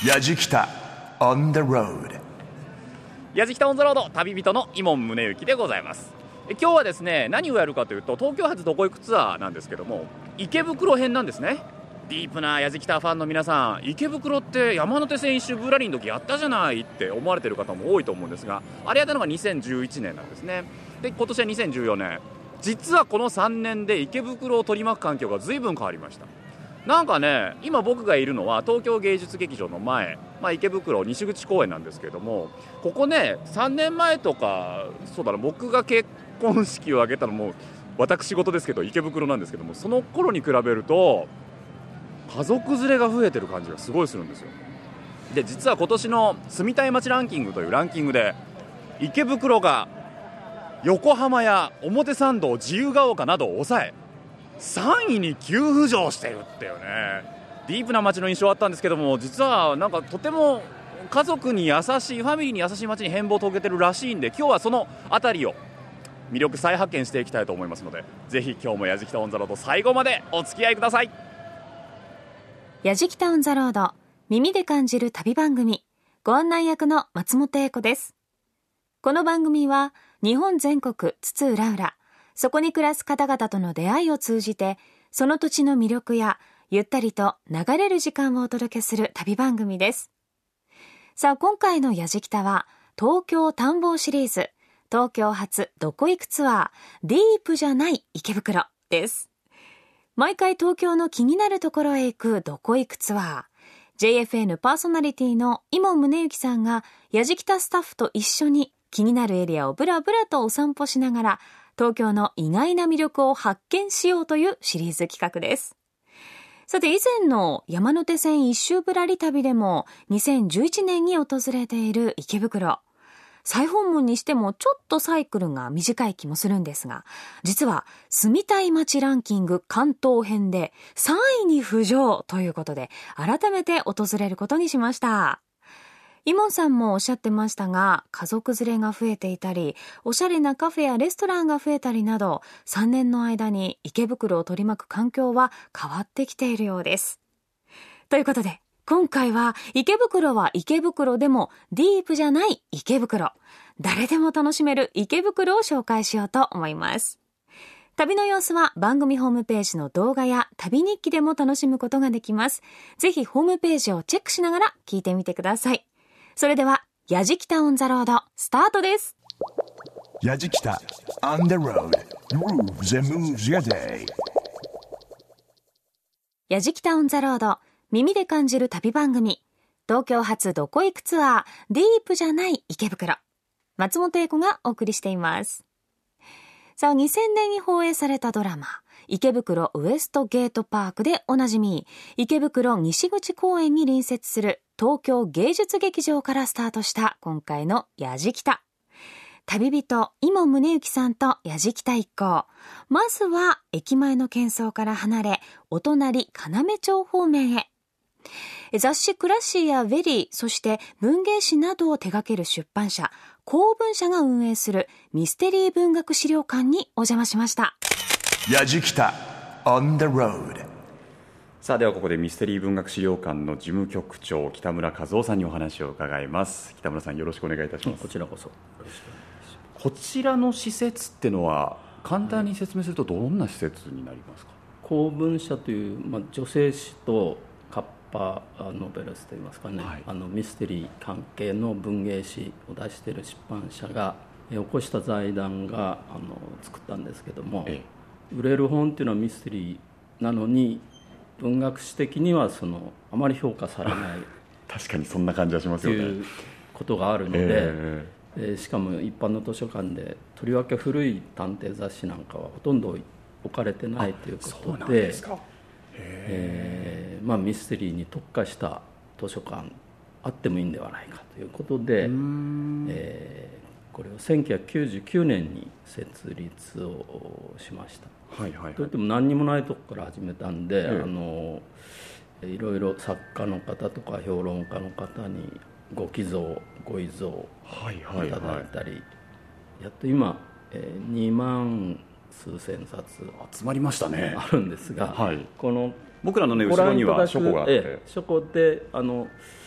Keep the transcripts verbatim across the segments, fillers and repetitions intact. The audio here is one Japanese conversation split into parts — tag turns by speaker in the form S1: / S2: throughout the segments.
S1: やじきた on the road。
S2: やじきたオンザロード、旅人の伊門宗行でございます。え今日はですね、何をやるかというと、東京発どこ行くツアーなんですけども、池袋編なんですね。ディープなやじきたファンの皆さん、池袋って山手線一周ぶらりの時やったじゃないって思われてる方も多いと思うんですが、あれやったのがにせんじゅういちねんなんですね。で今年はにせんじゅうよねん。実はこのさんねんで池袋を取り巻く環境が随分変わりました。なんかね、今僕がいるのは東京芸術劇場の前、まあ、池袋西口公園なんですけども、ここねさんねんまえとか、そうだな、僕が結婚式を挙げたのも私事ですけど池袋なんですけども、その頃に比べると家族連れが増えてる感じがすごいするんですよ。で実は今年の住みたい街ランキングというランキングで、池袋が横浜や表参道、自由が丘などを抑えさんいに急浮上してるっていうね、ディープな街の印象あったんですけども、実はなんかとても家族に優しい、ファミリーに優しい街に変貌を遂げてるらしいんで、今日はそのあたりを魅力再発見していきたいと思いますので、ぜひ今日もやじきたオンザロード最後までお付き合いください。
S3: やじきたオンザロード、耳で感じる旅番組、ご案内役の松本英子です。この番組は日本全国津々浦々、そこに暮らす方々との出会いを通じて、その土地の魅力やゆったりと流れる時間をお届けする旅番組です。さあ、今回のやじきたは東京探訪シリーズ、東京発どこ行くツアー、ディープじゃない池袋です。毎回東京の気になるところへ行くどこ行くツアー、 ジェイエフエヌ パーソナリティの伊門宗行さんがやじきたスタッフと一緒に気になるエリアをブラブラとお散歩しながら、東京の意外な魅力を発見しようというシリーズ企画です。さて、以前の山手線一周ぶらり旅でもにせんじゅういちねんに訪れている池袋、再訪問にしてもちょっとサイクルが短い気もするんですが、実は住みたい街ランキング関東編でさんいに浮上ということで、改めて訪れることにしました。伊門さんもおっしゃってましたが、家族連れが増えていたり、おしゃれなカフェやレストランが増えたりなど、さんねんの間に池袋を取り巻く環境は変わってきているようです。ということで、今回は池袋は池袋でもディープじゃない池袋、誰でも楽しめる池袋を紹介しようと思います。旅の様子は番組ホームページの動画や旅日記でも楽しむことができます。ぜひホームページをチェックしながら聞いてみてください。それではやじきたオンザロードスタートです。
S1: やじきた on the road grooves and moves your day。
S3: やじきたオンザロード、耳で感じる旅番組、東京発どこ行くツアー、ディープじゃない池袋、松本英子がお送りしています。さあ、にせんねんに放映されたドラマ、池袋ウエストゲートパークでおなじみ、池袋西口公園に隣接する東京芸術劇場からスタートした今回のやじきた。旅人伊門宗行さんとやじきた一行、まずは駅前の喧騒から離れ、お隣要町方面へ。雑誌クラッシーやヴェリー、そして文芸誌などを手掛ける出版社公文社が運営するミステリー文学資料館にお邪魔しました。
S1: やじきた on the road。
S2: さあ、ではここでミステリー文学資料館の事務局長北村和夫さんにお話を伺います。北村さん、よろしくお願いいたします。
S4: こちらこそよろしくお願いします。
S2: こちらの施設ってのは簡単に説明するとどんな施設になりますか？
S4: 公文社という、まあ、女性誌とカッパノベルスといいますかね、はい、あのミステリー関係の文芸誌を出している出版社が起こした財団があの作ったんですけども、ええ、売れる本っていうのはミステリーなのに文学史的にはそのあまり評価されない
S2: 確かにそんな感じはしますよね。
S4: ということがあるので、えーでしかも一般の図書館でとりわけ古い探偵雑誌なんかはほとんど置かれてないということで、えーまあ、ミステリーに特化した図書館あってもいいんではないかということで、えー、これをせんきゅうひゃくきゅうじゅうきゅうねんに設立をしました。はいはいはい、といっても何にもないとこから始めたんで、えー、あのいろいろ作家の方とか評論家の方にご寄贈ご遺贈をいただいたり、はいはいはい、やっと今、えー、にまん数千冊
S2: 集まりましたね。
S4: あるんですが、はい、この
S2: 僕らの、ね、後ろには書庫があって、
S4: えー、書庫であの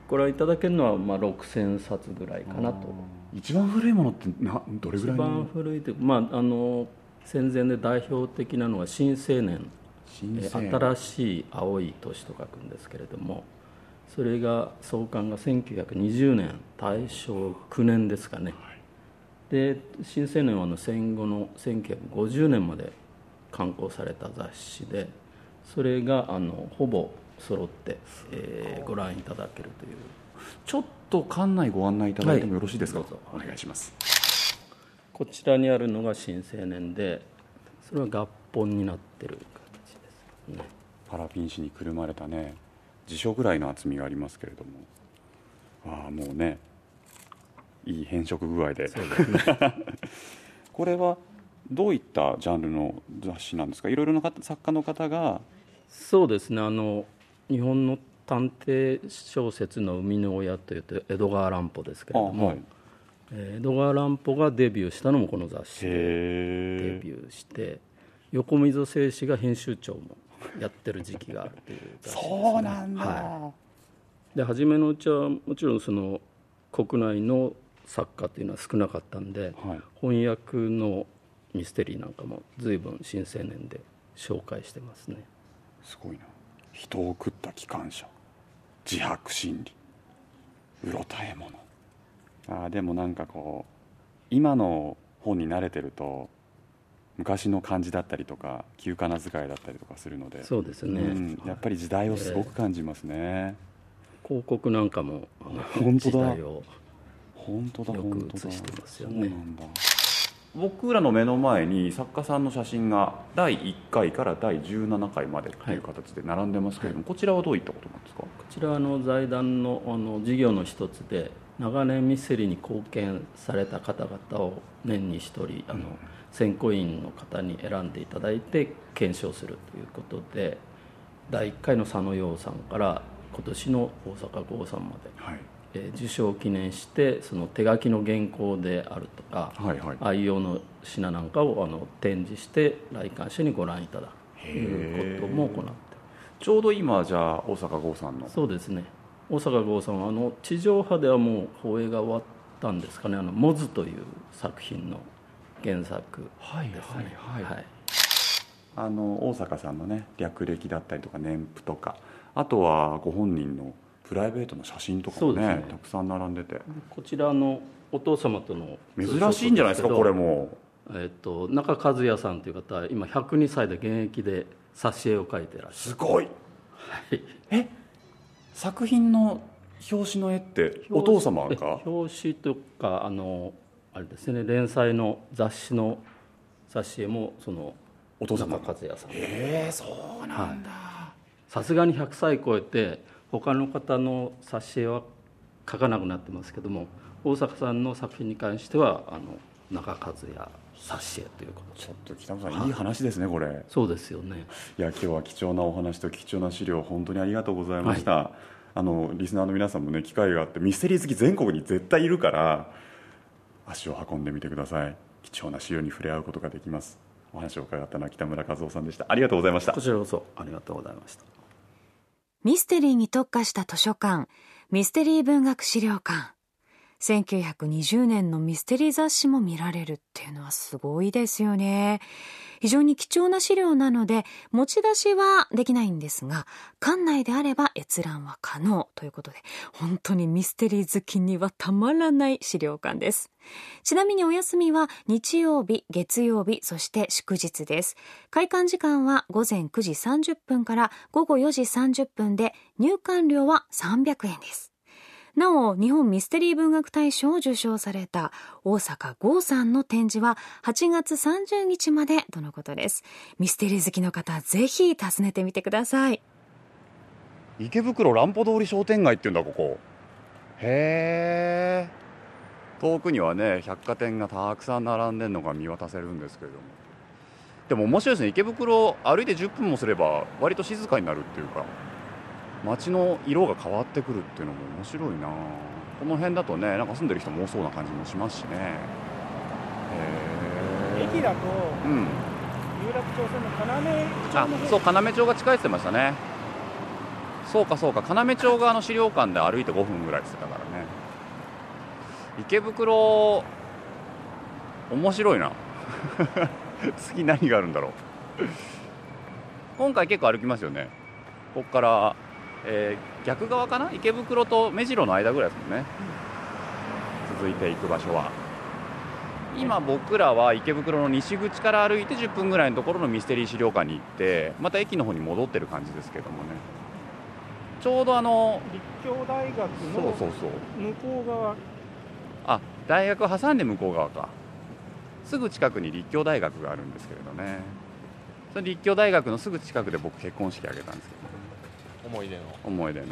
S4: ご覧いただけるのはまあろくせんさつぐらいかなと。
S5: 一番古いものってなどれぐらいの？
S4: 一番古いというか、まあ、あの戦前で代表的なのは新青年、
S5: 新青年
S4: 新しい青い年と書くんですけれども、それが創刊がせんきゅうひゃくにじゅうねん、大正きゅうねんですかね、はい、で新青年はあの戦後のせんきゅうひゃくごじゅうねんまで刊行された雑誌で、それがあのほぼ揃って、えー、ご覧いただけるという。
S5: ちょっと館内ご案内いただいてもよろしいですか？
S4: はい、どうぞ
S5: お願いします。
S4: こちらにあるのが新青年で、それは合本になってる形ですね。
S5: パラピン紙にくるまれたね、辞書ぐらいの厚みがありますけれども、ああもうね、いい変色具合で。そうですねこれはどういったジャンルの雑誌なんですか？いろいろな作家の方が。
S4: そうですね、あの日本の探偵小説の生みの親というと江戸川乱歩ですけれども、はい、江戸川乱歩がデビューしたのもこの雑誌でデビューして、横溝正史が編集長もやってる時期があるという雑誌ですね。
S5: そうなんだ、
S4: はい、で初めのうちはもちろんその国内の作家というのは少なかったんで、はい、翻訳のミステリーなんかも随分新青年で紹介してますね。
S5: すごいな。人を食った機関車、自白心理、うろたえもの。あでもなんかこう今の本に慣れてると昔の漢字だったりとか旧仮名遣いだったりとかするので、
S4: そうですね、うん、
S5: やっぱり時代をすごく感じますね、
S4: えー、広告なんかも
S5: 本当だ、
S4: 時代を
S5: 本当だ
S4: よく映してますよね。
S5: そうなんだ。僕らの目の前に作家さんの写真がだいいっかいからだいじゅうななかいまでという形で並んでますけれども、はい、こちらはどういったことなんですか？
S4: こちらはあの財団 の, あの事業の一つで、長年ミステリーに貢献された方々を年にひとりあの、うん、選考委員の方に選んでいただいて検証するということで、だいいっかいの佐野洋さんから今年の大阪郷さんまで、はい、えー、受賞を記念してその手書きの原稿であるとか、はいはい、愛用の品なんかをあの展示して来館者にご覧いただくということも行っている。
S5: ちょうど今じゃあ大阪郷さんの。
S4: そうですね、大阪郷さんはあの地上波ではもう放映が終わったんですかね。あのモズという作品の原作ですね。はいはいはい、はい、
S5: あの大阪さんのね略歴だったりとか年譜とか、あとはご本人のプライベートの写真とかも ね, ねたくさん並んでて、
S4: こちらのお父様との
S5: 珍しいんじゃないですかこれも。
S4: えー、と中和也さんという方は今ひゃくにさいで現役で挿絵を描いてらっしゃる。
S5: すごい、はい、え作品の表紙の絵ってお父様が？
S4: 表紙とかあのあれですね、連載の雑誌の挿絵もその
S5: お父様
S4: 中和也さん。
S5: へえ、そうなんだ。
S4: さすがにひゃくさい超えて他の方の挿絵は描かなくなってますけども、大阪さんの作品に関してはあの中和也挿絵ということで。
S5: ちょっと北野さん、はい、いい話ですねこれ。
S4: そうですよね。
S5: いや今日は貴重なお話と貴重な資料本当にありがとうございました、はい、あのリスナーの皆さんもね機会があってミステリー好き全国に絶対いるから足を運んでみてください。貴重な資料に触れ合うことができます。お話を伺ったのは北村和夫さんでした。ありがとうございました。
S4: こちらこそありがとうございました。
S3: ミステリーに特化した図書館、ミステリー文学資料館。せんきゅうひゃくにじゅうねんのミステリー雑誌も見られるっていうのはすごいですよね。非常に貴重な資料なので持ち出しはできないんですが、館内であれば閲覧は可能ということで、本当にミステリー好きにはたまらない資料館です。ちなみにお休みは日曜日、月曜日、そして祝日です。開館時間はごぜんくじさんじゅっぷんからごごよじさんじゅっぷんで、入館料はさんびゃくえんです。なお、日本ミステリー文学大賞を受賞された大阪郷さんの展示ははちがつさんじゅうにちまでとのことです。ミステリー好きの方、ぜひ訪ねてみてください。
S5: 池袋乱歩通り商店街っていうんだここ。へー、遠くにはね百貨店がたくさん並んでるのが見渡せるんですけれども、でも面白いですね。池袋歩いてじゅっぷんもすれば割と静かになるっていうか、街の色が変わってくるっていうのも面白いな。この辺だとね、なんか住んでる人も多そうな感じもしますしね。
S6: へ駅だと、うん、有楽町線の要町の方、
S5: あ、そう、要町が近いって言ってましたね。 そうかそうか、要町側の資料館で歩いてごふんぐらいしてたからね。池袋面白いな次何があるんだろう今回結構歩きますよね。ここから、えー、逆側かな、池袋と目白の間ぐらいですもんね、うん、続いていく場所は今僕らは池袋の西口から歩いてじゅっぷんぐらいのところのミステリー資料館に行ってまた駅の方に戻ってる感じですけどもね。ちょうどあの
S6: 立教大学の
S5: そうそうそう
S6: 向こう側、
S5: あ、大学を挟んで向こう側か。すぐ近くに立教大学があるんですけれどね。その立教大学のすぐ近くで僕結婚式挙げたんですけど、ね、
S6: 思い出の
S5: 思い出の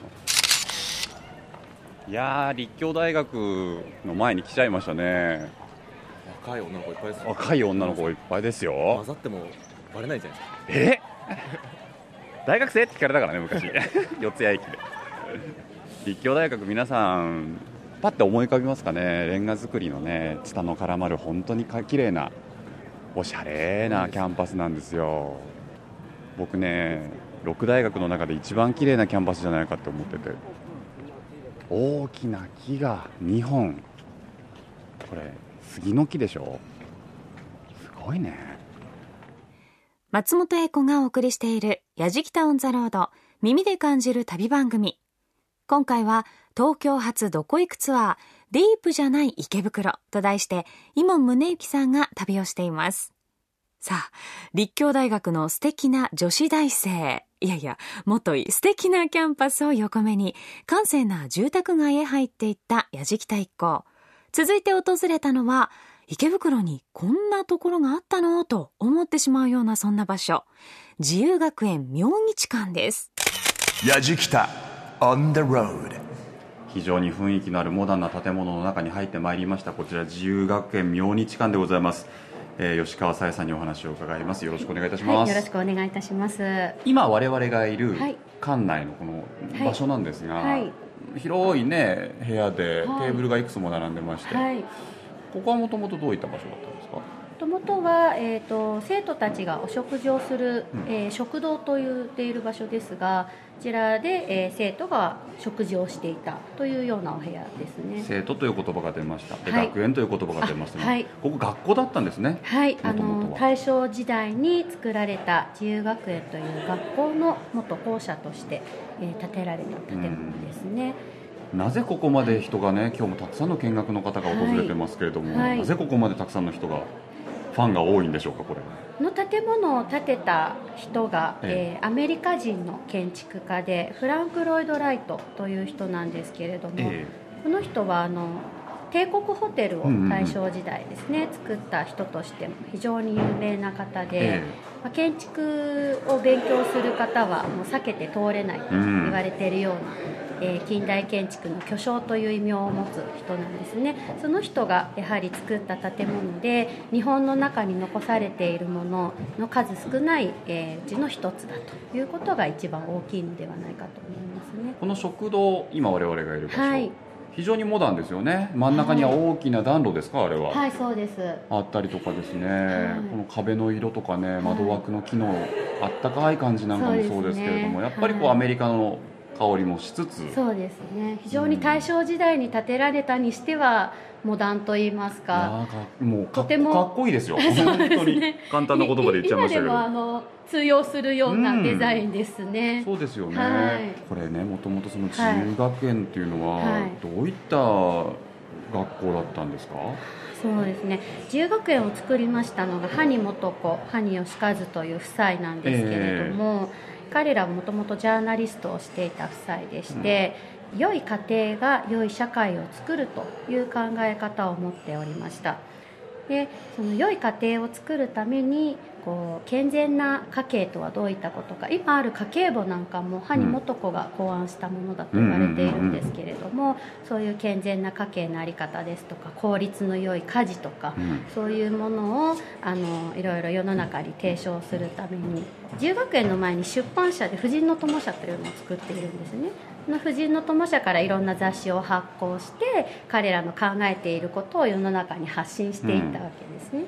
S5: いやー、立教大学の前に来ちゃいましたね。
S6: 若い女の子いっぱいです、ね、
S5: 若い女の子いっぱいですよ。
S6: 混ざってもバレないじゃない
S5: ですか。え大学生って聞かれたからね昔四谷駅で立教大学、皆さんパッて思い浮かびますかね。レンガ造りのね、ツタの絡まる本当に綺麗なおしゃれなキャンパスなんですよ。僕ね、六大学の中で一番綺麗なキャンパスじゃないかって思ってて、大きな木がにほん、これ杉の木でしょ。すごいね。
S3: 松本英子がお送りしているやじきたオンザロード、耳で感じる旅番組。今回は東京発どこ行くツアー、ディープじゃない池袋と題して、伊門宗行さんが旅をしています。さあ、立教大学の素敵な女子大生、いやいや、もっといい素敵なキャンパスを横目に、閑静な住宅街へ入っていったやじきた一行。続いて訪れたのは、池袋にこんなところがあったのと思ってしまうようなそんな場所、自由学園明日館です。
S1: やじきた on the road。
S5: 非常に雰囲気のあるモダンな建物の中に入ってまいりました。こちら自由学園明日館でございます。えー、吉川さやさんにお話を伺います。よろしくお願いいたします。
S7: はい、よろしくお願いいたします。
S5: 今我々がいる
S7: はい
S5: 館内のこの場所なんですが、
S7: はいはい、
S5: 広いね部屋でテ
S7: はい
S5: ーブルがいくつも並んでまして、
S7: はい、
S5: ここはもともとどういった場所だったんですか？
S7: もともとは、えーと、生徒たちがお食事をする、うんえー、食堂と言っている場所ですが、こちらで、えー、生徒が食事をしていたというようなお部屋ですね。
S5: 生徒という言葉が出ました。で、
S7: はい、
S5: 学園という言葉が出ましたね。
S7: はい、
S5: ここ学校だったんですね。
S7: はい、あ
S5: 元々は
S7: の大正時代に作られた自由学園という学校の元校舎として、えー、建てられた建物ですね。
S5: なぜここまで人がね、今日もたくさんの見学の方が訪れてますけれども、はいはい、なぜここまでたくさんの人がファンが多いんでしょうか。これ
S7: この建物を建てた人が、えええー、アメリカ人の建築家でフランク・ロイド・ライトという人なんですけれども、ええ、この人はあの帝国ホテルを大正時代ですね、うんうんうん、作った人としても非常に有名な方で、ええまあ、建築を勉強する方はもう避けて通れないと言われているような、うんえー、近代建築の巨匠という異名を持つ人なんですね。その人がやはり作った建物で日本の中に残されているものの数少ない、えー、うちの一つだということが一番大きいのではないかと思いますね。
S5: この食堂、今我々がいる場所、はい、非常にモダンですよね。真ん中には大きな暖炉ですか、あれは。
S7: はい、そうです。
S5: あったりとかですね、はい、この壁の色とかね、窓枠の木のあったかい感じなんかもそうですけれども、ね、やっぱりこうアメリカの香りもしつつ、
S7: そうですね、非常に大正時代に建てられたにしてはモダンと言いますか、
S5: かもうかとてもかっこいいですよ。本当に簡単な言葉で言っちゃいましたけど、今でも
S7: あの通用するようなデザインですね。
S5: うん、そうですよね、
S7: はい、
S5: これね、もともとその自由学園っていうのはどういった学校だったんですか？
S7: そうですね、自由学園を作りましたのが埴素子、埴義和という夫妻なんですけれども、えー彼らはもともとジャーナリストをしていた夫妻でして、うん、良い家庭が良い社会を作るという考え方を持っておりました。で、その良い家庭を作るためにこう健全な家計とはどういったことか、今ある家計簿なんかも埴素子が考案したものだと言われているんですけれども、そういう健全な家計の在り方ですとか、効率の良い家事とか、うん、そういうものをあのいろいろ世の中に提唱するために、自由学園の前に出版社で婦人の友社というのを作っているんですね。その婦人の友社からいろんな雑誌を発行して、彼らの考えていることを世の中に発信していったわけですね。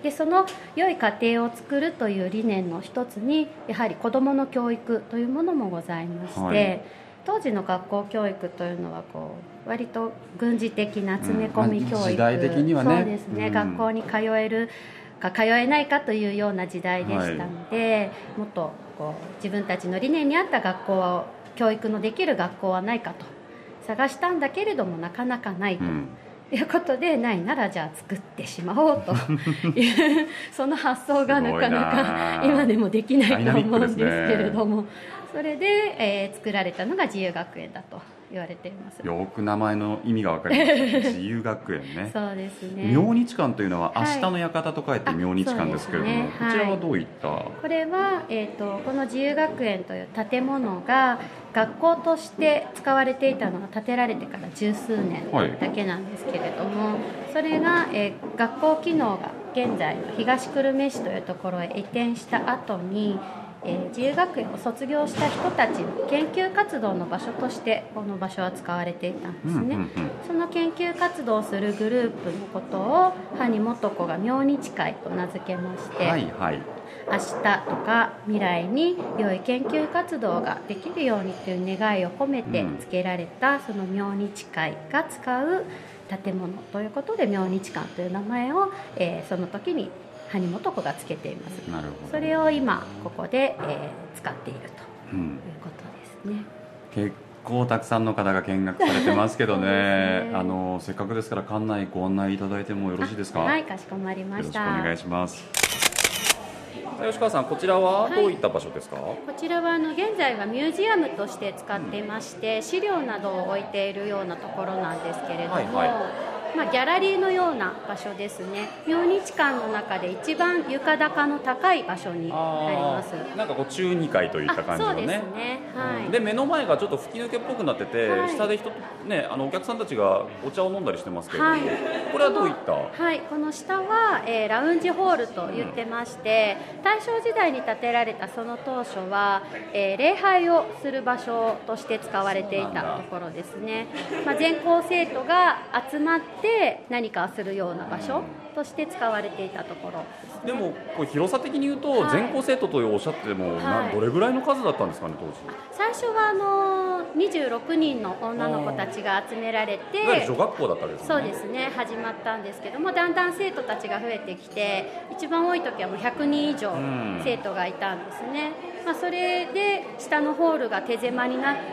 S7: でその良い家庭を作るという理念の一つにやはり子どもの教育というものもございまして、はい、当時の学校教育というのはこう割と軍事的な詰め込み教育、うんまあ、
S5: 時代的にはね
S7: そうですね、うん、学校に通えるか通えないかというような時代でしたので、はい、もっとこう自分たちの理念に合った学校を教育のできる学校はないかと探したんだけれどもなかなかないと、うんいうことでないならじゃあ作ってしまおうというその発想がなかなか今でもできないと思うんですけれども、それで、えー、作られたのが自由学園だと言われています。
S5: よく名前の意味が分かりました自由学園ね
S7: そうですね。
S5: 明日館というのは明日の館と書いて明日館ですけれども、はいね、こちらはどういった、はい、
S7: これは、えーと、この自由学園という建物が学校として使われていたのが建てられてから十数年だけなんですけれども、はい、それが、えー、学校機能が現在の東久留米市というところへ移転した後にえー、自由学園を卒業した人たちの研究活動の場所としてこの場所は使われていたんですね、うんうんうん、その研究活動をするグループのことを埴元子が明日会と名付けまして、はいはい、明日とか未来に良い研究活動ができるようにという願いを込めて付けられた、うん、その明日会が使う建物ということで明日館という名前を、えー、その時に埴元子がつけています。なるほど。それを今ここで、えー、使っているということですね、
S5: うん、結構たくさんの方が見学されてますけど ね, ねあのせっかくですから館内ご案内いただいてもよろしいですか。
S7: はい、かしこまりました。
S5: よろしくお願いします。
S2: 吉川さん、こちらはどういった場所ですか。はい、
S7: こちらはあの現在はミュージアムとして使っていまして、うん、資料などを置いているようなところなんですけれども、はいはいまあ、ギャラリーのような場所ですね。明日館の中で一番床高の高い場所になります。
S2: なんかこう中にかいといった感じのね。
S7: そうですね、はい、
S2: で目の前がちょっと吹き抜けっぽくなってて、はい、下で人、ね、あのお客さんたちがお茶を飲んだりしてますけれども、はい、これはどういった。
S7: はい、この下は、えー、ラウンジホールと言ってまして、うん、大正時代に建てられたその当初は、えー、礼拝をする場所として使われていたところですね。まあ、全校生徒が集まって何かするような場所として使われていたところですね。
S2: でもこれ広さ的に言うと、はい、全校生徒とおっしゃっても、はい、どれぐらいの数だったんですかね当時。
S7: 最初はあのにじゅうろくにんの女の子たちが集められて、
S2: いわゆる女学校だったわけですね。
S7: そうですね、始まったんですけども、だんだん生徒たちが増えてきて、一番多い時はもうひゃくにん以上生徒がいたんですね。まあ、それで下のホールが手狭になって、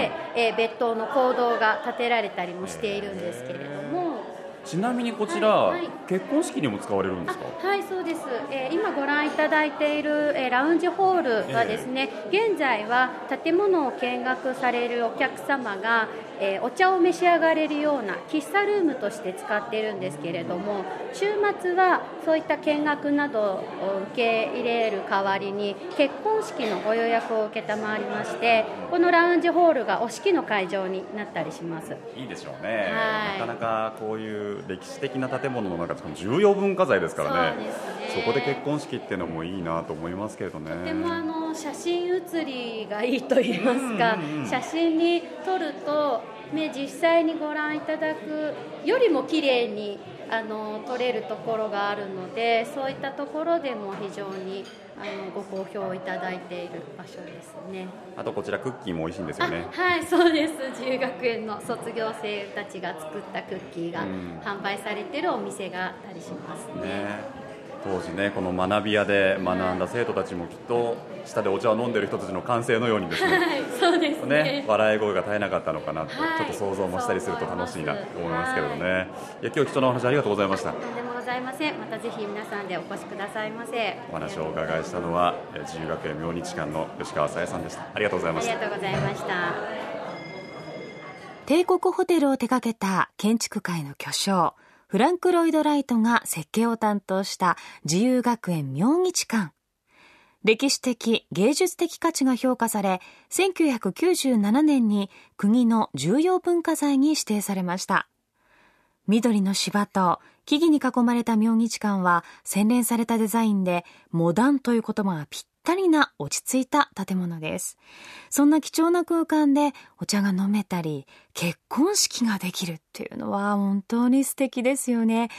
S7: えー、別棟の講堂が建てられたりもしているんですけれども、
S2: ちなみにこちら、はいはい、結婚式にも使われるんですか。
S7: はい、そうです、えー、今ご覧いただいている、えー、ラウンジホールはですね、えー、現在は建物を見学されるお客様が、えー、お茶を召し上がれるような喫茶ルームとして使っているんですけれども、週末はそういった見学などを受け入れる代わりに結婚式のご予約を受けたまわりまして、このラウンジホールがお式の会場になったりします。
S2: いいでしょうね、はい、なかなかこういう歴史的な建物の中で重要文化財ですからね。 そうですね、そこで結婚式っていうのもいいなと思いますけれどね。
S7: とてもあの写真写りがいいと言いますか、うんうんうん、写真に撮ると、ね、実際にご覧いただくよりも綺麗にあの撮れるところがあるので、そういったところでも非常にあのご好評いただいている場所ですね。
S2: あとこちらクッキーも美味しいんですよね。
S7: はい、そうです。自由学園の卒業生たちが作ったクッキーが販売されているお店があったりしますね。ね、
S2: 当時ね、この学び屋で学んだ生徒たちもきっと下でお茶を飲んでいる人たちの歓声のようにですね、はい、
S7: そうですね、
S2: ね、笑い声が絶えなかったのかなと、はい、ちょっと想像もしたりすると楽しいなと思いますけれどね、はい、いや今日貴重なお話ありがとうございました。
S7: とんでもございません。またぜひ皆さんでお越しくださいませ。
S2: お話をお伺いしたのは自由学園明日館の吉川さやさんでした。ありがとうございました。
S7: ありがとうございました。
S3: 帝国ホテルを手掛けた建築界の巨匠フランク・ロイド・ライトが設計を担当した自由学園明日館。歴史的芸術的価値が評価され、せんきゅうひゃくきゅうじゅうななねんに国の重要文化財に指定されました。緑の芝と木々に囲まれた明日館は洗練されたデザインで、モダンという言葉がぴったりな落ち着いた建物です。そんな貴重な空間でお茶が飲めたり結婚式ができるっていうのは本当に素敵ですよね。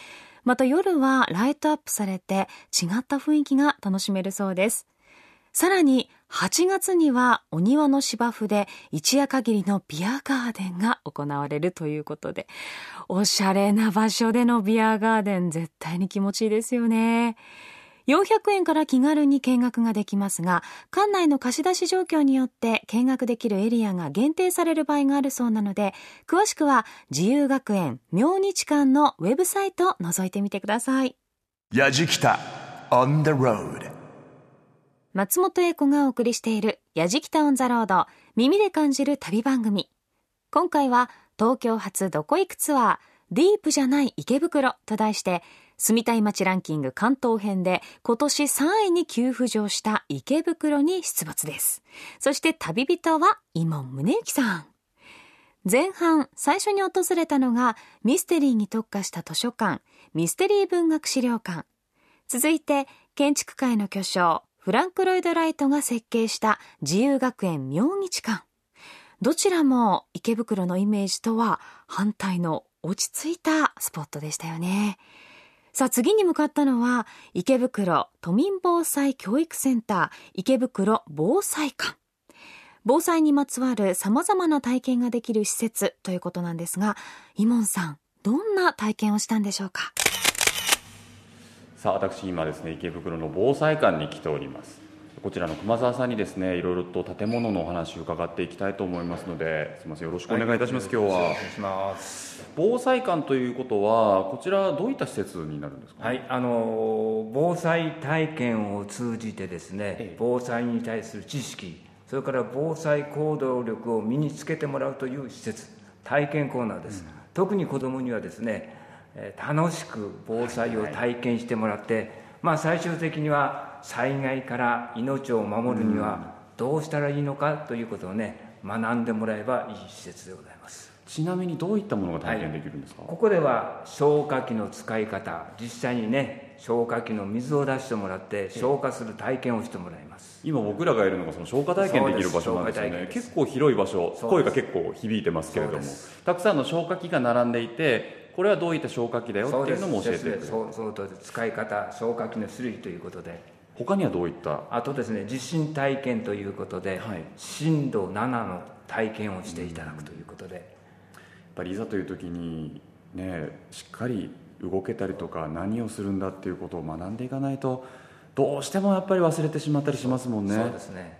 S3: また夜はライトアップされて違った雰囲気が楽しめるそうです。さらにはちがつにはお庭の芝生で一夜限りのビアガーデンが行われるということで、おしゃれな場所でのビアガーデン絶対に気持ちいいですよね。よんひゃくえんから気軽に見学ができますが、館内の貸し出し状況によって見学できるエリアが限定される場合があるそうなので、詳しくは自由学園明日館のウェブサイトを覗いてみてください。
S1: やじきた on the road。
S3: 松本英子がお送りしているやじきたオンザロード、耳で感じる旅番組。今回は東京発どこ行くツアー、ディープじゃない池袋と題して、住みたい街ランキング関東編で今年さんいに急浮上した池袋に出没です。そして旅人は伊門宗行さん。前半最初に訪れたのがミステリーに特化した図書館、ミステリー文学資料館。続いて建築界の巨匠フランク・ロイド・ライトが設計した自由学園明日館。どちらも池袋のイメージとは反対の落ち着いたスポットでしたよね。さあ次に向かったのは池袋都民防災教育センター池袋防災館。防災にまつわる様々な体験ができる施設ということなんですが、伊門さん、どんな体験をしたんでしょうか？
S2: さあ私今ですね、池袋の防災館に来ております。こちらの熊沢さんにですね、いろいろと建物のお話を伺っていきたいと思いますので、すみません、よろしくお願いいたします。はい、今日はお願いします。防災館ということはこちらどういった施設になるんですか？
S8: はい、あの防災体験を通じてですね、ええ、防災に対する知識、それから防災行動力を身につけてもらうという施設、体験コーナーです。うん、特に子どもにはですね、楽しく防災を体験してもらって、はいはい、まあ、最終的には災害から命を守るにはどうしたらいいのかということをね、学んでもらえばいい施設でございます。
S2: ちなみにどういったものが体験できるんですか？
S8: はい、ここでは消火器の使い方、実際にね消火器の水を出してもらって消火する体験をしてもらいます。
S2: 今僕らがいるのがその消火体験できる場所なんですよね。結構広い場所、声が結構響いてますけれども、たくさんの消火器が並んでいて、これはどういった消火器だよっていうのも教えてくれる。
S8: そうそうそう、使い方、消火器の種類ということで、
S2: 他にはどういった？
S8: あとですね、地震体験ということで、はい、震度ななの体験をしていただくということで、やっ
S2: ぱりいざという時にね、しっかり動けたりとか何をするんだっていうことを学んでいかないと、どうしてもやっぱり忘れてしまったりしますもんね。
S8: そうですね。
S2: うん、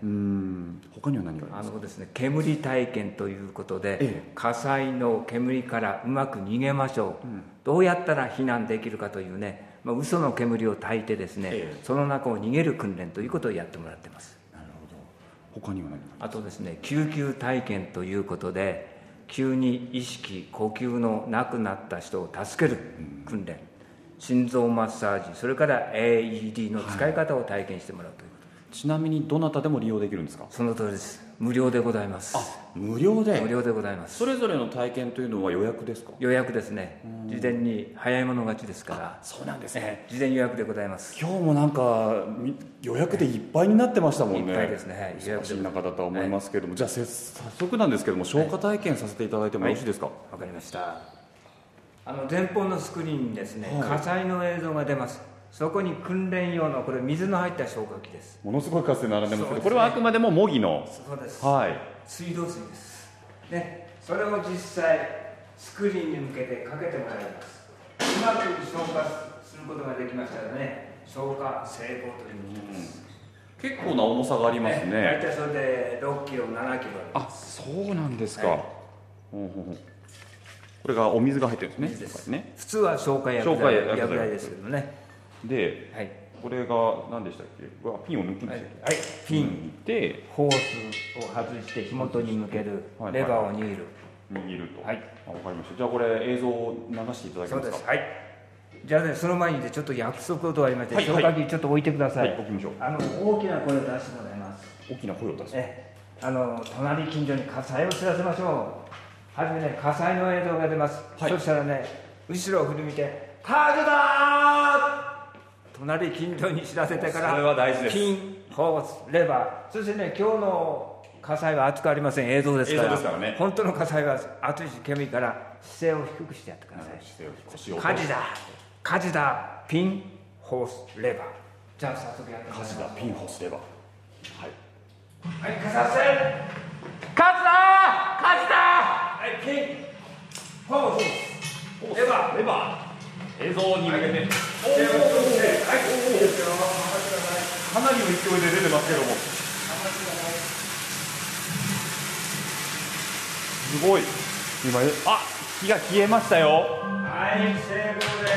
S2: 他には何がありますか？
S8: あのですね、煙体験ということで、ええ、火災の煙からうまく逃げましょう、うん、どうやったら避難できるかというね、まあ、嘘の煙を焚いてですね、ええ、その中を逃げる訓練ということをやってもらってます。
S2: なるほど。他には何がありますか？
S8: あとですね、救急体験ということで、急に意識呼吸のなくなった人を助ける訓練、うん、心臓マッサージ、それから エーイーディー の使い方を体験してもらうということ、はい、
S2: ちなみにどなたでも利用できるんですか？
S8: その通りです。無料でございます。
S2: あ、無料で？
S8: 無料でございます。
S2: それぞれの体験というのは予約ですか？
S8: 予約ですね。事前に早い者勝ちですから。
S2: そうなんですね。
S8: 事前予約でございます。
S2: 今日もなんか予約でいっぱいになってましたもんね。
S8: いっぱいですね。はい、
S2: 忙しい中だとは思いますけども、はい、じゃあ早速なんですけども、消火体験させていただいてもよろしいですか？わ、
S8: はい、かりました。あの前方のスクリーンにですね、はい、火災の映像が出ます。そこに訓練用のこれ水の入った消火器です。
S2: ものすごい数で並んでますけど、ね、これはあくまでも模擬の。
S8: そうです。
S2: はい。
S8: 水道水です。ね、それを実際スクリーンに向けてかけてもらいます。うまく消火することができましたらね、消火成功ということです。
S2: うん、結構な重さがありますね。
S8: 大体それでろっキロ、ななキロあります。
S2: あ、そうなんですか。はい、ほうほうほう。これがお水が入ってるんですね。
S8: ですね。普通は消火薬剤薬剤ですけどね。
S2: で、はい、これが何でしたっけ？ピンを抜くんですよ。
S8: はい、はい、ピンでホースを外して火元に向ける、はい、レバーを握る、
S2: 握ると。
S8: はい。
S2: あ、わかりました。じゃあこれ映像を流していただけますか？
S8: そうです。はい。じゃあね、その前にでちょっと約束とありまして、はい、消火器ちょっと置いてください。
S2: はい、置きましょう。
S8: あの大きな声を出してもらいます。
S2: 大きな声を出す。
S8: え、あの隣近所に火災を知らせましょう。はじめね、火災の映像が出ます。はい、そしたらね、後ろを振り向いて、火事だー！隣近所に知らせてから、
S2: それは大事です。
S8: ピン、ホース、レバー、そしてね、今日の火災は熱くありません。映像ですから。
S2: 映像ですからね。
S8: 本当の火災は熱いし煙いから、姿勢を低くしてやってください。
S2: 姿勢を腰を
S8: 火事だ、 梶田ピンホースレバー。じゃあ早速やってもらいます。
S5: 梶田ピンホースレバー。はい
S8: はい、かさせ梶田梶田はいピンホースレバー
S2: レバー映像に向けて、
S8: はい、
S2: かなりの勢いで出てますけども、すごい今、あ、火が消えましたよ。
S8: はい、成功です。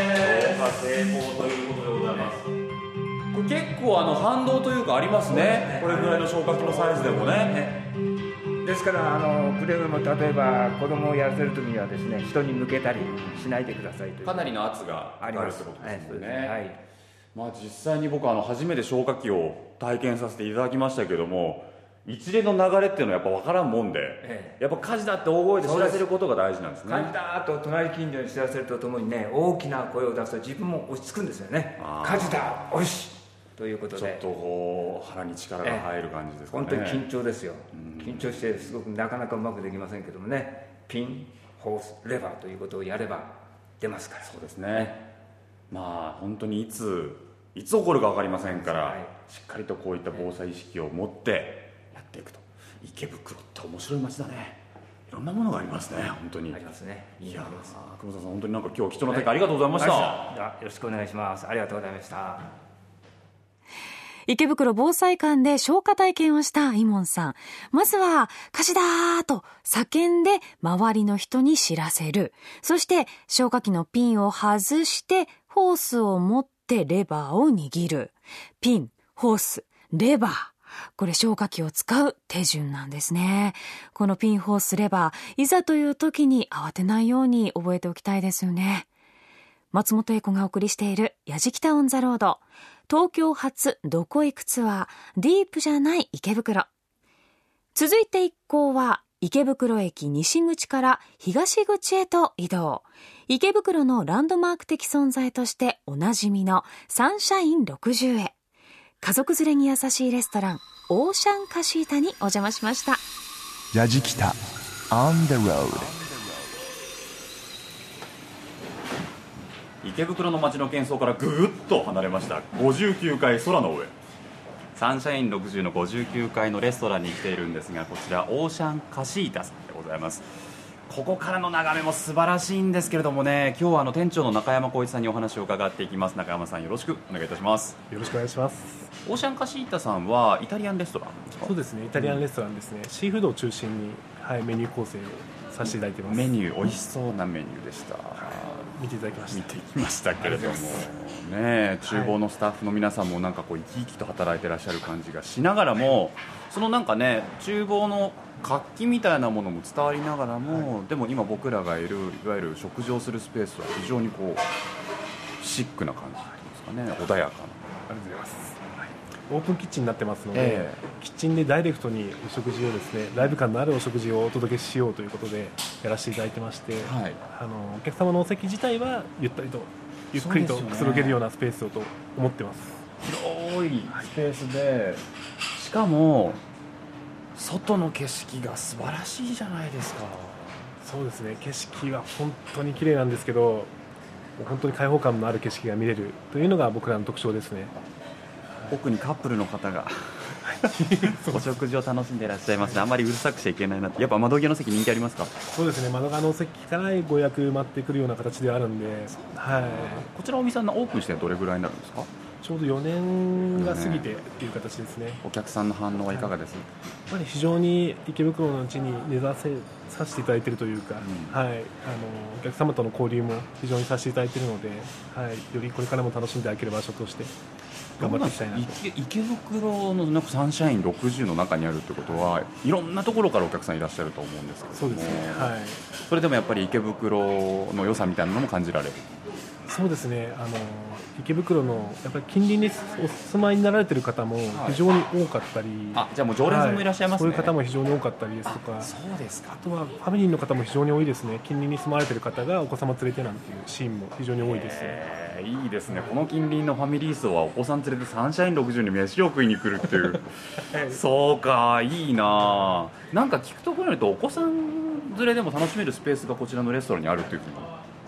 S2: 成功ということでございます。これ結構あの反動というかありますね。これぐらいの消火器のサイズでもね。
S8: ですからあのくれぐれも例えば子供をやらせるときにはですね、人に向けたりしないでくださいという。
S2: かなりの圧があるってことですもんね。
S8: はい。
S2: まあ実際に僕あの初めて消火器を体験させていただきましたけども、一連の流れっていうのはやっぱ分からんもんで、ええ、やっぱ火事だって大声で知らせることが大事なんですね。
S8: 火事だと隣近所に知らせるとともにね、大きな声を出すと自分も落ち着くんですよね。火事だ、おしということで、
S2: ちょっとこう腹に力が入る感じですかね。
S8: 本当に緊張ですよ。緊張してすごくなかなかうまくできませんけどもね、ピンホースレバーということをやれば出ますから。
S2: そうですね。まあ本当にいついつ起こるか分かりませんから、はい、しっかりとこういった防災意識を持ってやっていくと。池袋って面白い街だね。いろんなものがありますね。本当に
S8: ありますね。
S2: いや、久保田さん本当になんか今日貴重な体験ありがとうございました。
S8: はい、よろしくお願いします。ありがとうございました。
S3: 池袋防災館で消火体験をしたイモンさん。まずは火事だーと叫んで周りの人に知らせる。そして消火器のピンを外してホースを持ってレバーを握る。ピン、ホース、レバー。これ消火器を使う手順なんですね。このピン、ホース、レバー、いざという時に慌てないように覚えておきたいですよね。松本英子がお送りしているやじきたオンザロード。東京発どこ行くツアー、ディープじゃない池袋。続いて一行は池袋駅西口から東口へと移動。池袋のランドマーク的存在としておなじみのサンシャインろくじゅうへ。家族連れに優しいレストランオーシャンカシータにお邪魔しました。
S1: やじきた On the road。
S2: 池袋の街の喧騒からぐーっと離れました。ごじゅうきゅうかい空の上、サンシャインろくじゅうのごじゅうきゅうかいのレストランに来ているんですが、こちらオーシャンカシータさんでございます。ここからの眺めも素晴らしいんですけれどもね、今日はあの店長の中山浩一さんにお話を伺っていきます。中山さん、よろしくお願いいたします。
S9: よろしくお願いします。
S2: オーシャンカシータさんはイタリアンレストランですか？
S9: そうですね、イタリアンレストランですね、うん、シーフードを中心に、はい、メニュー構成をさせていただいてます。
S2: メニュー美味しそうなメニューでした。
S9: 見ていただきました。
S2: 見てきましたけれどもね、厨房のスタッフの皆さんもなんかこう生き生きと働いてらっしゃる感じがしながらも、はい、そのなんかね厨房の活気みたいなものも伝わりながらも、はい、でも今僕らがいるいわゆる食事をするスペースは非常にこうシックな感じですかね。穏やかな。ありがとうござい
S9: ます。オープンキッチンになってますので、
S2: えー、
S9: キッチンでダイレクトにお食事をですね、ライブ感のあるお食事をお届けしようということでやらせていただいてまして、はい、あのお客様のお席自体はゆったりとゆっくりとくつろげるようなスペースをと思ってます。
S2: 広いスペースで、はい、しかも外の景色が素晴らしいじゃないですか。
S9: そうですね、景色は本当に綺麗なんですけど、本当に開放感のある景色が見れるというのが僕らの特徴ですね。
S2: 奥にカップルの方がお食事を楽しんでいらっしゃいます、ね、あんまりうるさくしちゃいけないなって。やっぱ窓際の席人気ありますか？
S9: そうですね、窓側の席からご予約待ってくるような形であるんで、はい、
S2: こちらお店のオープンしてどれぐらいになるんですか？
S9: ちょうどよねんが過ぎてっていう形ですね。
S2: お客さんの反応はいかがです？や
S9: っぱり非常に池袋のうちに根ざせさせていただいているというか、うん、はい、あのお客様との交流も非常にさせていただいているので、はい、よりこれからも楽しんでいただける場所として頑張っていきたいなと。 池,
S2: 池袋のなんかサンシャインろくじゅうの中にあるってことはいろんなところからお客さんいらっしゃると思うんですけども。
S9: そうですね、はい、
S2: それでもやっぱり池袋の良さみたいなのも感じられる？
S9: そうですね、あの池袋のやっぱり近隣にお住まいになられている方も非常に多かったり、
S2: はい、あ、じゃあもう常連さんもいらっしゃいますね、
S9: はい、そういう方も非常に多かったりですとか。
S2: そうですか。
S9: あとはファミリーの方も非常に多いですね。近隣に住まわれている方がお子様連れてなんていうシーンも非常に多いです、
S2: えー、いいですね。この近隣のファミリー層はお子さん連れてサンシャインろくじゅうに飯を食いに来るっていうそうか、いいな。なんか聞くところによるとお子さん連れでも楽しめるスペースがこちらのレストランにあるというふうに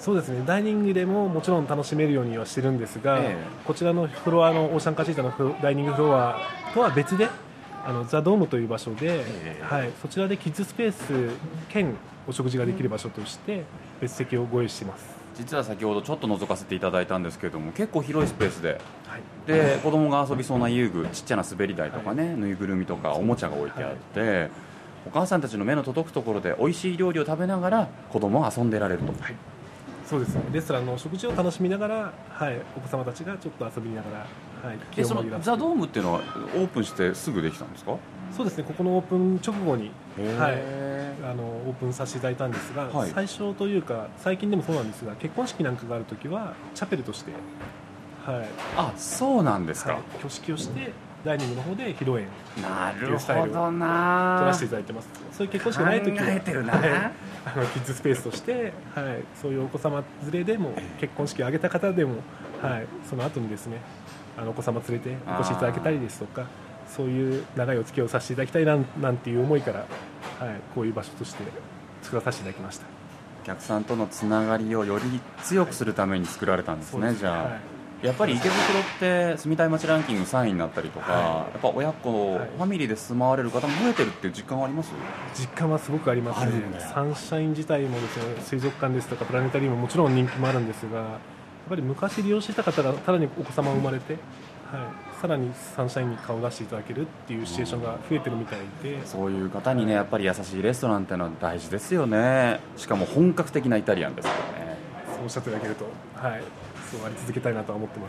S9: そうですね、ダイニングでももちろん楽しめるようにはしてるんですが、
S2: ええ、
S9: こちらのフロアのオーシャンカシータのフロダイニングフロアとは別であのザ・ドームという場所で、
S2: ええ、
S9: はい、そちらでキッズスペース兼お食事ができる場所として別席をご用意しています。
S2: 実は先ほどちょっと覗かせていただいたんですけれども、結構広いスペースで、
S9: はい、
S2: で子供が遊びそうな遊具、ちっちゃな滑り台とかね、はい、ぬいぐるみとかおもちゃが置いてあって、はい、お母さんたちの目の届くところで美味しい料理を食べながら子供は遊んでられると、
S9: はい、そうですね、レストランの食事を楽しみながら、はい、お子様たちがちょっと遊びながら、はい、
S2: でそのザ・ドームっていうのはオープンしてすぐできたんですか？
S9: そうですね、ここのオープン直後に、はい、あのオープンさせていただいたんですが、はい、最初というか最近でもそうなんですが、結婚式なんかがあるときはチャペルとして、はい、
S2: あ、そうなんですか、はい、
S9: 挙式をしてダイニングの方で披露宴
S2: っていうスタイルを取ら
S9: せていただいてます。そういう結婚式がないときは、
S2: 考えてるな、
S9: はい、あのキッズスペースとして、はい、そういうお子様連れでも結婚式を挙げた方でも、はい、その後にですね、あのお子様連れてお越しいただけたりですとか、そういう長いお付き合いをさせていただきたいななんていう思いから、はい、こういう場所として作らさせていただきました。
S2: お客さんとのつながりをより強くするために作られたんですね、はい、じゃあ、はい、やっぱり池袋って住みたい街ランキングさんいになったりとか、はい、やっぱ親子、はい、ファミリーで住まわれる方も増えてるっていう実感はあります？
S9: 実感はすごくありますね。サンシャイン自体もですね、水族館ですとかプラネタリウムももちろん人気もあるんですが、やっぱり昔利用していた方がさらにお子様が生まれて、はい、さらにサンシャインに顔を出していただけるっていうシチュエーションが増えてるみたいで、
S2: そういう方にね、やっぱり優しいレストランっていうのは大事ですよね。しかも本格的なイタリアンですからね。
S9: そうおっしゃっていただけると、はい、そうあり続けたいなとは思ってます。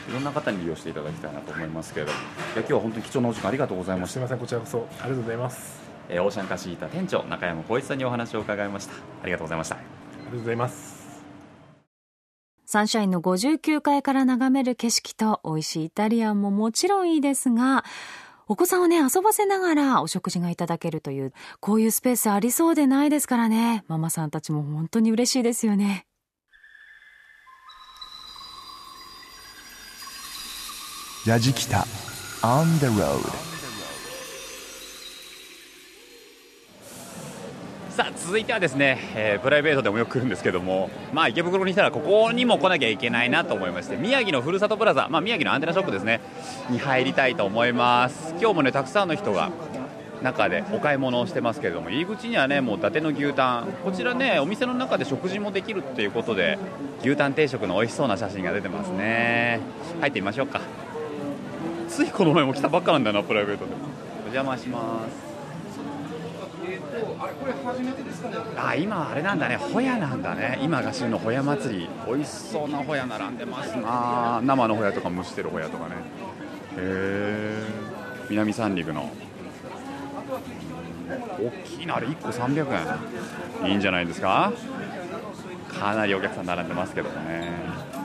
S2: いろんな方に利用していただきたいなと思いますけれども、いや今日は本当に貴重なお時間ありがとうございました。
S9: すみません、こちらこそありがとうございます。
S2: えー、オーシャンカシータ店長中山浩一さんにお話を伺いました。ありがとうございました。
S9: ありがとうございます。
S3: サンシャインのごじゅうきゅうかいから眺める景色と美味しいイタリアンももちろんいいですが、お子さんをね遊ばせながらお食事がいただけるという、こういうスペースありそうでないですからね、ママさんたちも本当に嬉しいですよね。
S1: やじきた On the road。
S2: さあ続いてはですね、えー、プライベートでもよく来るんですけども、まあ、池袋に来たらここにも来なきゃいけないなと思いまして、宮城のふるさとプラザ、まあ、宮城のアンテナショップですねに入りたいと思います。今日もねたくさんの人が中でお買い物をしてますけれども、入り口にはねもう伊達の牛タン、こちらねお店の中で食事もできるっていうことで、牛タン定食の美味しそうな写真が出てますね。入ってみましょうか。ついこの前も来たばっかなんだよな、プライベートで。お邪魔します。
S10: あれこれ初めてですかね。
S2: あ、今あれなんだね、ホヤなんだね。今が旬のホヤ祭り、美味しそうなホヤ並んでますな。生のホヤとか蒸してるホヤとかね。へー、南三陸の大きいな、あれいっこさんびゃくえん、いいんじゃないですか。かなりお客さん並んでますけどもね。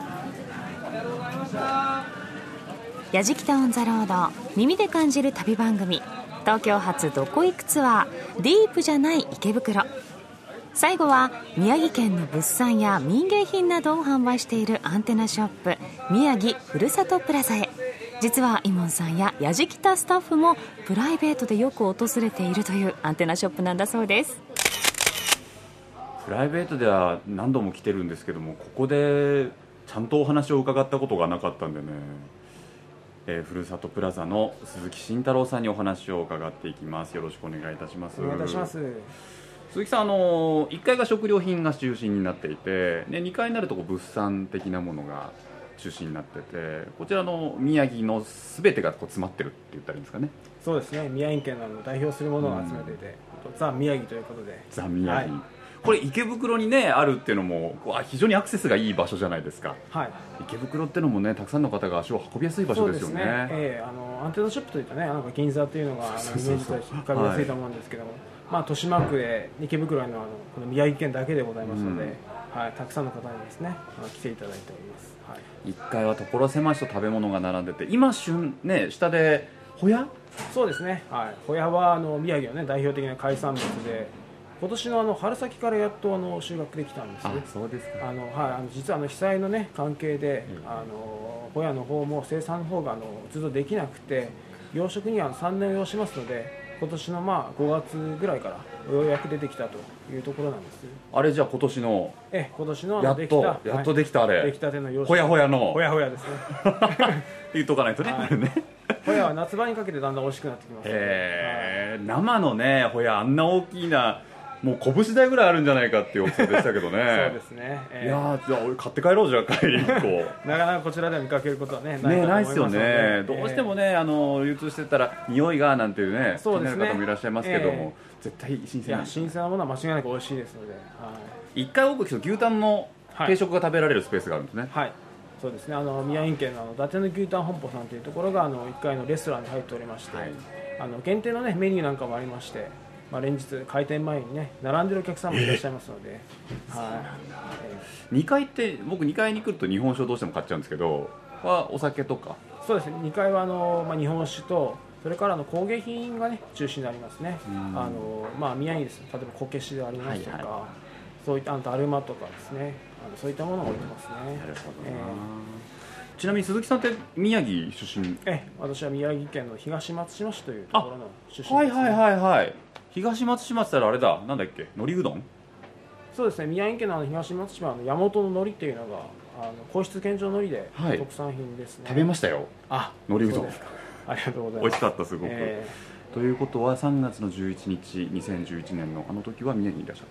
S3: やじきたオンザロード、耳で感じる旅番組、東京発どこ行くツアー、ディープじゃない池袋。最後は宮城県の物産や民芸品などを販売しているアンテナショップ、宮城ふるさとプラザへ。実はイモンさんややじきたスタッフもプライベートでよく訪れているというアンテナショップなんだそうです。
S2: プライベートでは何度も来てるんですけども、ここでちゃんとお話を伺ったことがなかったんでね、えー、ふるさとプラザの鈴木慎太郎さんにお話を伺っていきます。よろしくお願いいたします。
S11: お願いいたします。
S2: 鈴木さん、あのいっかいが食料品が中心になっていて、でにかいになるとこう物産的なものが中心になってて、こちらの宮城のすべてがこう詰まってるって言ったらいいんですかね。
S11: そうですね、宮城県の代表するものを集めていて、うん、ザ・宮城ということで。
S2: ザ・宮城、
S11: はい、
S2: これ池袋にねあるっていうのも非常にアクセスがいい場所じゃないですか。
S11: はい、
S2: 池袋っていうのもねたくさんの方が足を運びやすい場所ですよね。
S11: そうですね、えー、あのアンテナショップといったね、なんか銀座っていうのがあのイメージとして浮かびやすいと思うんですけども、はい、まあ、豊島区で池袋のあのこの宮城県だけでございますので、うん、はい、たくさんの方にですね来ていただいております。はい、いっ
S2: かいは所狭しと食べ物が並んでて、今旬ね、下でホヤ、
S11: そうですね、はい、ホヤはあの宮城の、ね、代表的な海産物で、今年のあの春先からやっとあの収穫できたんですね。
S2: あ、そうですか。
S11: あの、はい、あの実はあの被災の、ね、関係で、うん、あのホヤの方も生産の方があのずっとできなくて、養殖にはさんねんを要しますので、 今年のまあごがつぐらいからようやく出てきたというところなんです。
S2: あれじゃあ今年の
S11: え今年の
S2: やっと
S11: できた
S2: やっとできたあれ、
S11: はい、出来たての洋酒
S2: ほやほやの
S11: ほやほやですね
S2: 言っとかないとね、
S11: はい、
S2: これね
S11: ほやは夏場にかけてだんだん美味しくなってきます、ね、
S2: へえ、生のねほやあんな大きなもう拳台ぐらいあるんじゃないかっていう大きさでしたけどね
S11: そうですね、えー、
S2: いやーじゃあ俺買って帰ろうじゃあ帰りにこう
S11: なかなかこちらでは見かけることはね
S2: ねないですよね、
S11: えー、
S2: どうしてもねあの流通してたら匂いがなんていうね
S11: そうですね、
S2: 気になる方もいらっしゃいますけども、えー、絶対新鮮
S11: いや新鮮なものは間違いなく美味しいですので、はい、
S2: いっかい多く行くと牛タンの定食が食べられるスペースがあるんですね。
S11: はい、はい、そうですね、あの宮城県のあの伊達の牛タン本舗さんというところがあのいっかいのレストランに入っておりまして、はい、あの限定の、ね、メニューなんかもありまして、まあ、連日開店前にね並んでるお客さんもいらっしゃいますので、はい、
S2: にかいって僕にかいに来ると日本酒をどうしても買っちゃうんですけどはお酒とか
S11: そうですね、にかいはあの、まあ、日本酒とそれからあの工芸品が、ね、中心になりますね。あの、まあ、宮城です、ね、例えばこけしでありますとか、はいはい、そういったあのだるまとかですね、あのそういったものを置いてますね。なるほどな、え
S2: ー、ちなみに鈴木さんって宮城出身？
S11: え私は宮城県の東松島市というところの出身です、ね、
S2: はいはいはいはい。東松島って言ったらあれだ、なんだっけ、海苔うどん？
S11: そうですね、宮城県のあの東松島の大和の海苔っていうのがあの皇室献上海苔で特産品ですね、はい、
S2: 食べましたよ。
S11: あ、
S2: 海苔うどん。
S11: ありがとうございます。
S2: 美味しかったすごく、
S11: え
S2: ー、ということはさんがつのじゅういちにちにせんじゅういちねんのあの時は宮城にいらっしゃった？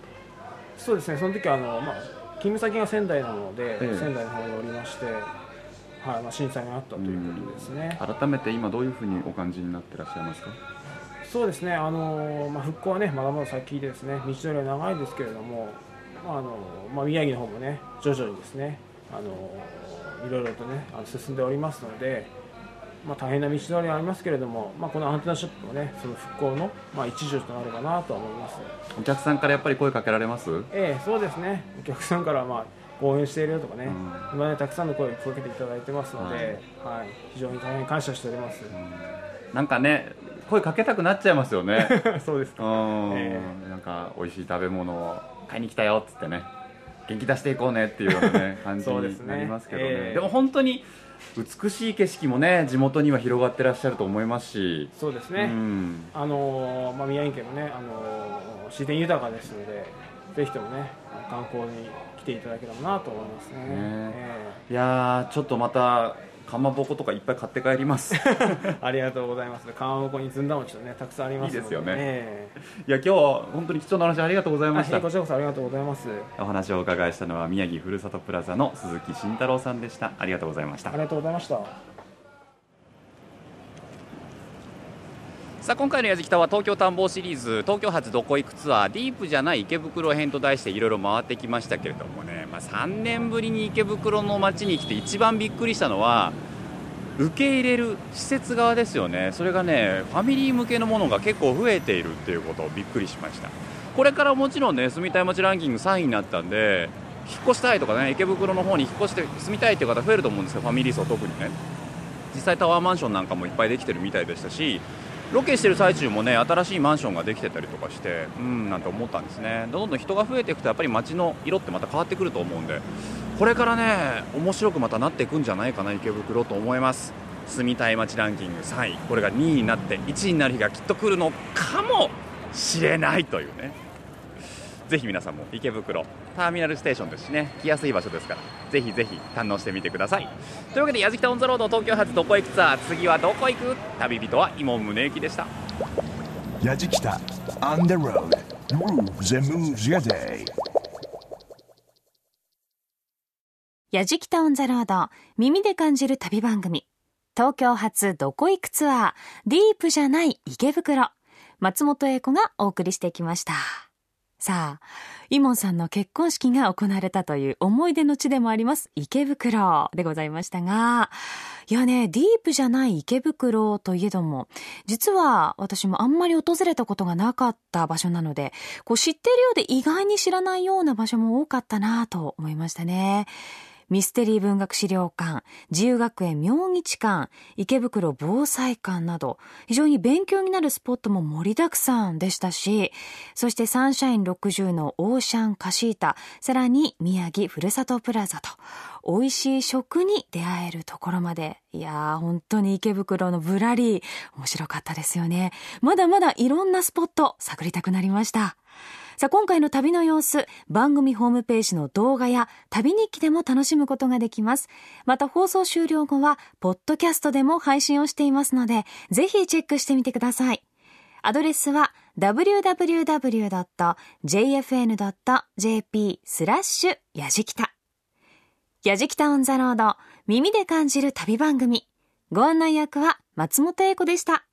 S11: そうですね、その時はあの、まあ、勤務先が仙台なので、えー、仙台の方におりまして、はい、まあ、震災があったということですね。
S2: 改めて今どういうふうにお感じになってらっしゃいますか？
S11: そうですね、あの、まあ、復興はねまだまだ先でですね、道のりは長いですけれども、まああのまあ、宮城の方もね徐々にですねあのいろいろとねあの進んでおりますので、まあ、大変な道のりはありますけれども、まあ、このアンテナショップもねその復興の、まあ、一助となるかなとは思います。
S2: お客さんからやっぱり声かけられます？
S11: ええ、そうですね、お客さんからまあ応援しているとかね、うん、今ねたくさんの声をかけていただいてますので、はいはい、非常に大変感謝しております。うん、
S2: なんかね声かけたくなっちゃいますよね。
S11: そうですか、
S2: えー、なんか美味しい食べ物を買いに来たよっつってね元気出していこうねっていうような、ね、感じになりますけどね。で, ね、えー、でも本当に美しい景色もね地元には広がってらっしゃると思いますし、
S11: そうですね、うん、あのまあ、宮城県もね、あの自然豊かですのでぜひともね観光に来ていただければなと思いますね。ね、
S2: えー、いやーちょっとまたかまぼことかいっぱい買って帰ります
S11: ありがとうございます。かまぼこにずんだ餅とねたくさんありますので、
S2: いいですよね、
S11: え
S2: ー、いや今日は本当に貴重な話ありがとうございました。
S11: こちらこそありがとうございます。
S2: お話をお伺いしたのは宮城ふるさとプラザの鈴木慎太郎さんでした。ありがとうございました。
S11: ありがとうございました。
S2: さあ今回のやじきたは東京探訪シリーズ東京発どこ行くツアーディープじゃない池袋編と題していろいろ回ってきましたけれどもね、まあ、さんねんぶりに池袋の街に来て一番びっくりしたのは受け入れる施設側ですよね。それがねファミリー向けのものが結構増えているっていうことをびっくりしました。これからもちろんね住みたい街ランキングさんいになったんで引っ越したいとかね池袋の方に引っ越して住みたいっていう方増えると思うんですよ、ファミリー層特にね。実際タワーマンションなんかもいっぱいできてるみたいでしたし、ロケしてる最中もね新しいマンションができてたりとかしてうんなんて思ったんですね。どんどん人が増えていくとやっぱり街の色ってまた変わってくると思うんで、これからね面白くまたなっていくんじゃないかな池袋と思います。住みたい街ランキングさんい、これがにいになっていちいになる日がきっと来るのかもしれないというね。ぜひ皆さんも池袋ターミナルステーションですしね、来やすい場所ですからぜひぜひ堪能してみてください。というわけでやじきたオンザロード東京発どこ行くツアー、次はどこ行く、旅人は伊門宗行でした。
S1: やじきた On the road Grooves and moves your day。
S3: やじきたオンザロード、耳で感じる旅番組、東京発どこ行くツアーディープじゃない池袋、松本英子がお送りしてきました。さあ、伊門さんの結婚式が行われたという思い出の地でもあります池袋でございましたが、いやね、ディープじゃない池袋といえども実は私もあんまり訪れたことがなかった場所なので、こう知っているようで意外に知らないような場所も多かったなと思いましたね。 ミステリー文学資料館、自由学園明日館、池袋防災館など、非常に勉強になるスポットも盛りだくさんでしたし、そしてサンシャインろくじゅうのオーシャンカシータ、さらに宮城ふるさとプラザと、美味しい食に出会えるところまで、いやー本当に池袋のぶらり面白かったですよね。まだまだいろんなスポット探りたくなりました。さあ、今回の旅の様子、番組ホームページの動画や旅日記でも楽しむことができます。また放送終了後はポッドキャストでも配信をしていますので、ぜひチェックしてみてください。アドレスは ダブリューダブリューダブリュードットジェイエフエヌドットジェーピースラッシュやじきた。やじきたオンザロード、耳で感じる旅番組。ご案内役は松本英子でした。